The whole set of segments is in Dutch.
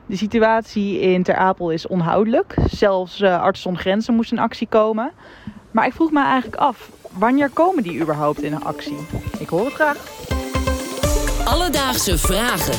De situatie in Ter Apel is onhoudelijk. Zelfs Artsen zonder Grenzen moest in actie komen. Maar ik vroeg me eigenlijk af, wanneer komen die überhaupt in actie? Ik hoor het graag. Alledaagse vragen.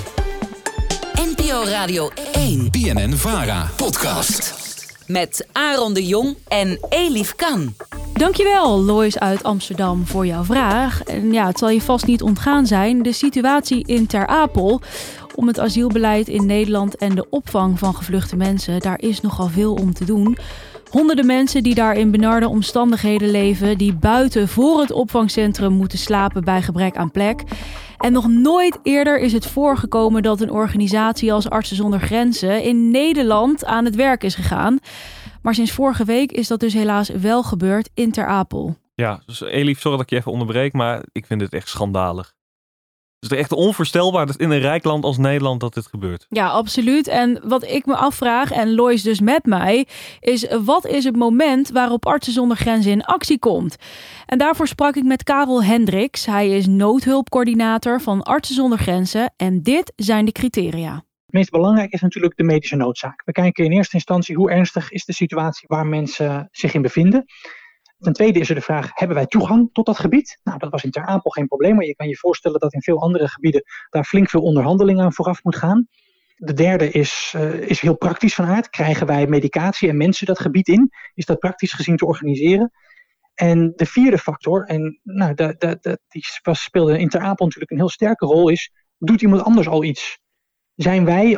NPO Radio 1. BNN-VARA podcast. Met Aaron de Jong en Elif Kan. Dankjewel, Lois uit Amsterdam, voor jouw vraag. En ja, het zal je vast niet ontgaan zijn. De situatie in Ter Apel om het asielbeleid in Nederland en de opvang van gevluchte mensen, daar is nogal veel om te doen. Honderden mensen die daar in benarde omstandigheden leven, die buiten voor het opvangcentrum moeten slapen bij gebrek aan plek. En nog nooit eerder is het voorgekomen dat een organisatie als Artsen zonder Grenzen in Nederland aan het werk is gegaan. Maar sinds vorige week is dat dus helaas wel gebeurd in Ter Apel. Ja, dus Elif, sorry dat ik je even onderbreek, maar ik vind dit echt schandalig. Het is echt onvoorstelbaar dat in een rijk land als Nederland dat dit gebeurt. Ja, absoluut. En wat ik me afvraag, en Lois dus met mij, is wat is het moment waarop Artsen zonder Grenzen in actie komt? En daarvoor sprak ik met Karel Hendricks. Hij is noodhulpcoördinator van Artsen zonder Grenzen. En dit zijn de criteria. Het meest belangrijk is natuurlijk de medische noodzaak. We kijken in eerste instantie hoe ernstig is de situatie waar mensen zich in bevinden. Ten tweede is er de vraag, hebben wij toegang tot dat gebied? Nou, dat was in Ter Apel geen probleem, maar je kan je voorstellen dat in veel andere gebieden daar flink veel onderhandelingen aan vooraf moet gaan. De derde is heel praktisch van aard. Krijgen wij medicatie en mensen dat gebied in? Is dat praktisch gezien te organiseren? En de vierde factor, en nou, die speelde in Ter Apel natuurlijk een heel sterke rol, is, doet iemand anders al iets? Zijn wij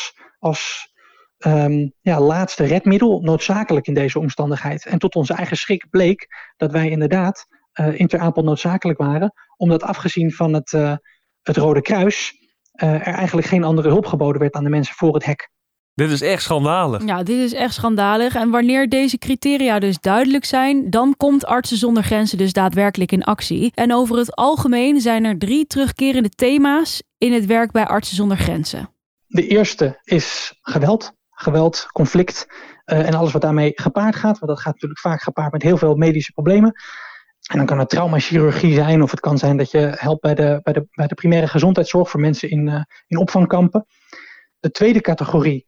als laatste redmiddel noodzakelijk in deze omstandigheid? En tot onze eigen schrik bleek dat wij inderdaad in Ter Apel noodzakelijk waren, omdat afgezien van het Rode Kruis er eigenlijk geen andere hulp geboden werd aan de mensen voor het hek. Dit is echt schandalig. Ja, dit is echt schandalig. En wanneer deze criteria dus duidelijk zijn, dan komt Artsen zonder Grenzen dus daadwerkelijk in actie. En over het algemeen zijn er 3 terugkerende thema's in het werk bij Artsen zonder Grenzen. De eerste is geweld, conflict en alles wat daarmee gepaard gaat. Want dat gaat natuurlijk vaak gepaard met heel veel medische problemen. En dan kan het traumachirurgie zijn of het kan zijn dat je helpt bij de primaire gezondheidszorg voor mensen in opvangkampen. De tweede categorie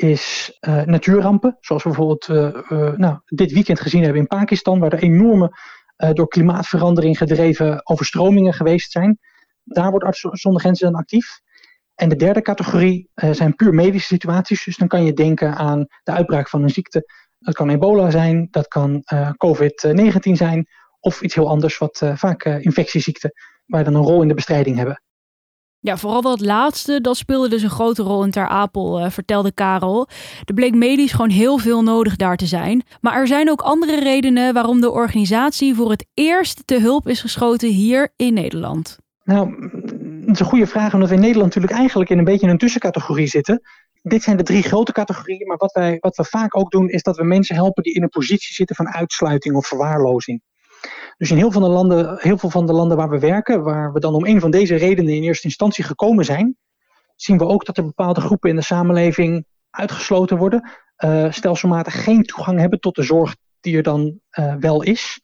is natuurrampen, zoals we bijvoorbeeld dit weekend gezien hebben in Pakistan, waar er enorme door klimaatverandering gedreven overstromingen geweest zijn. Daar wordt Artsen zonder Grenzen dan actief. En de derde categorie zijn puur medische situaties. Dus dan kan je denken aan de uitbraak van een ziekte. Dat kan ebola zijn, dat kan COVID-19 zijn of iets heel anders, wat vaak infectieziekten, waar dan een rol in de bestrijding hebben. Ja, vooral dat laatste, dat speelde dus een grote rol in Ter Apel, vertelde Karel. Er bleek medisch gewoon heel veel nodig daar te zijn. Maar er zijn ook andere redenen waarom de organisatie voor het eerst te hulp is geschoten hier in Nederland. Nou, dat is een goede vraag, omdat we in Nederland natuurlijk eigenlijk in een beetje een tussencategorie zitten. Dit zijn de 3 grote categorieën, maar wat we vaak ook doen, is dat we mensen helpen die in een positie zitten van uitsluiting of verwaarlozing. Dus in heel veel van de landen waar we werken, waar we dan om een van deze redenen in eerste instantie gekomen zijn, zien we ook dat er bepaalde groepen in de samenleving uitgesloten worden, stelselmatig geen toegang hebben tot de zorg die er dan wel is.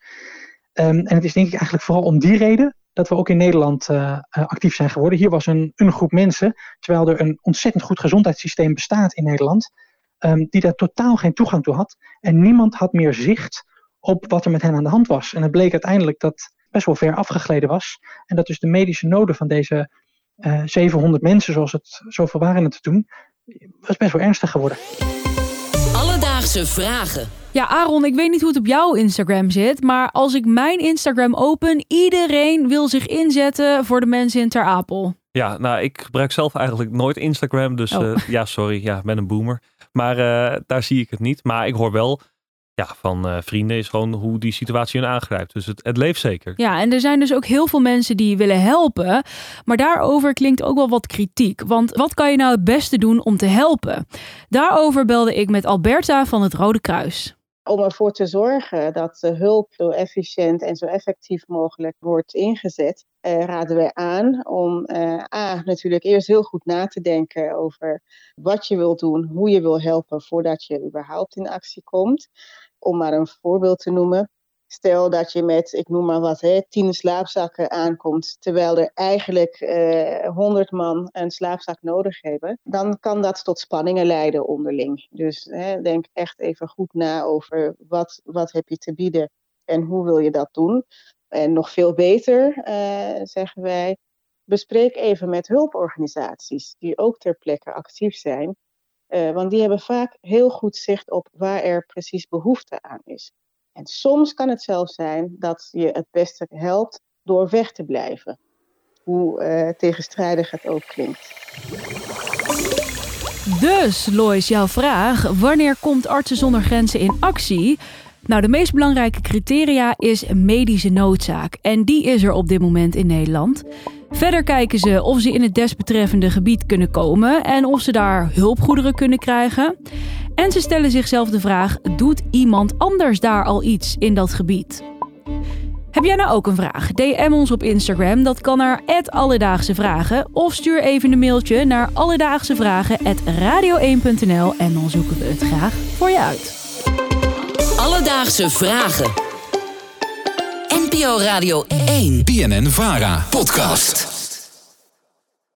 En het is denk ik eigenlijk vooral om die reden dat we ook in Nederland actief zijn geworden. Hier was een groep mensen, terwijl er een ontzettend goed gezondheidssysteem bestaat in Nederland, die daar totaal geen toegang toe had. En niemand had meer zicht op wat er met hen aan de hand was. En het bleek uiteindelijk dat het best wel ver afgegleden was. En dat dus de medische noden van deze 700 mensen, zoals het zoveel waren het toen, was best wel ernstig geworden. Alledaagse vragen. Ja, Aaron, ik weet niet hoe het op jouw Instagram zit, maar als ik mijn Instagram open, iedereen wil zich inzetten voor de mensen in Ter Apel. Ja, nou, ik gebruik zelf eigenlijk nooit Instagram, dus ik ben een boomer. Maar daar zie ik het niet. Maar ik hoor wel van vrienden is gewoon hoe die situatie hun aangrijpt. Dus het leeft zeker. Ja, en er zijn dus ook heel veel mensen die willen helpen. Maar daarover klinkt ook wel wat kritiek. Want wat kan je nou het beste doen om te helpen? Daarover belde ik met Alberta van het Rode Kruis. Om ervoor te zorgen dat de hulp zo efficiënt en zo effectief mogelijk wordt ingezet, raden wij aan om natuurlijk eerst heel goed na te denken over wat je wilt doen, hoe je wil helpen voordat je überhaupt in actie komt. Om maar een voorbeeld te noemen. Stel dat je met, ik noem maar wat, 10 slaapzakken aankomt, terwijl er eigenlijk 100 man een slaapzak nodig hebben, dan kan dat tot spanningen leiden onderling. Dus denk echt even goed na over wat heb je te bieden en hoe wil je dat doen. En nog veel beter, zeggen wij, bespreek even met hulporganisaties die ook ter plekke actief zijn. Want die hebben vaak heel goed zicht op waar er precies behoefte aan is. En soms kan het zelfs zijn dat je het beste helpt door weg te blijven. Hoe tegenstrijdig het ook klinkt. Dus, Lois, jouw vraag. Wanneer komt Artsen zonder Grenzen in actie? Nou, de meest belangrijke criteria is medische noodzaak. En die is er op dit moment in Nederland. Verder kijken ze of ze in het desbetreffende gebied kunnen komen en of ze daar hulpgoederen kunnen krijgen. En ze stellen zichzelf de vraag, doet iemand anders daar al iets in dat gebied? Heb jij nou ook een vraag? DM ons op Instagram, dat kan naar @alledaagsevragen. Of stuur even een mailtje naar alledaagsevragen@radio1.nl en dan zoeken we het graag voor je uit. Alledaagse Vragen. NPO Radio 1. BNN-VARA podcast.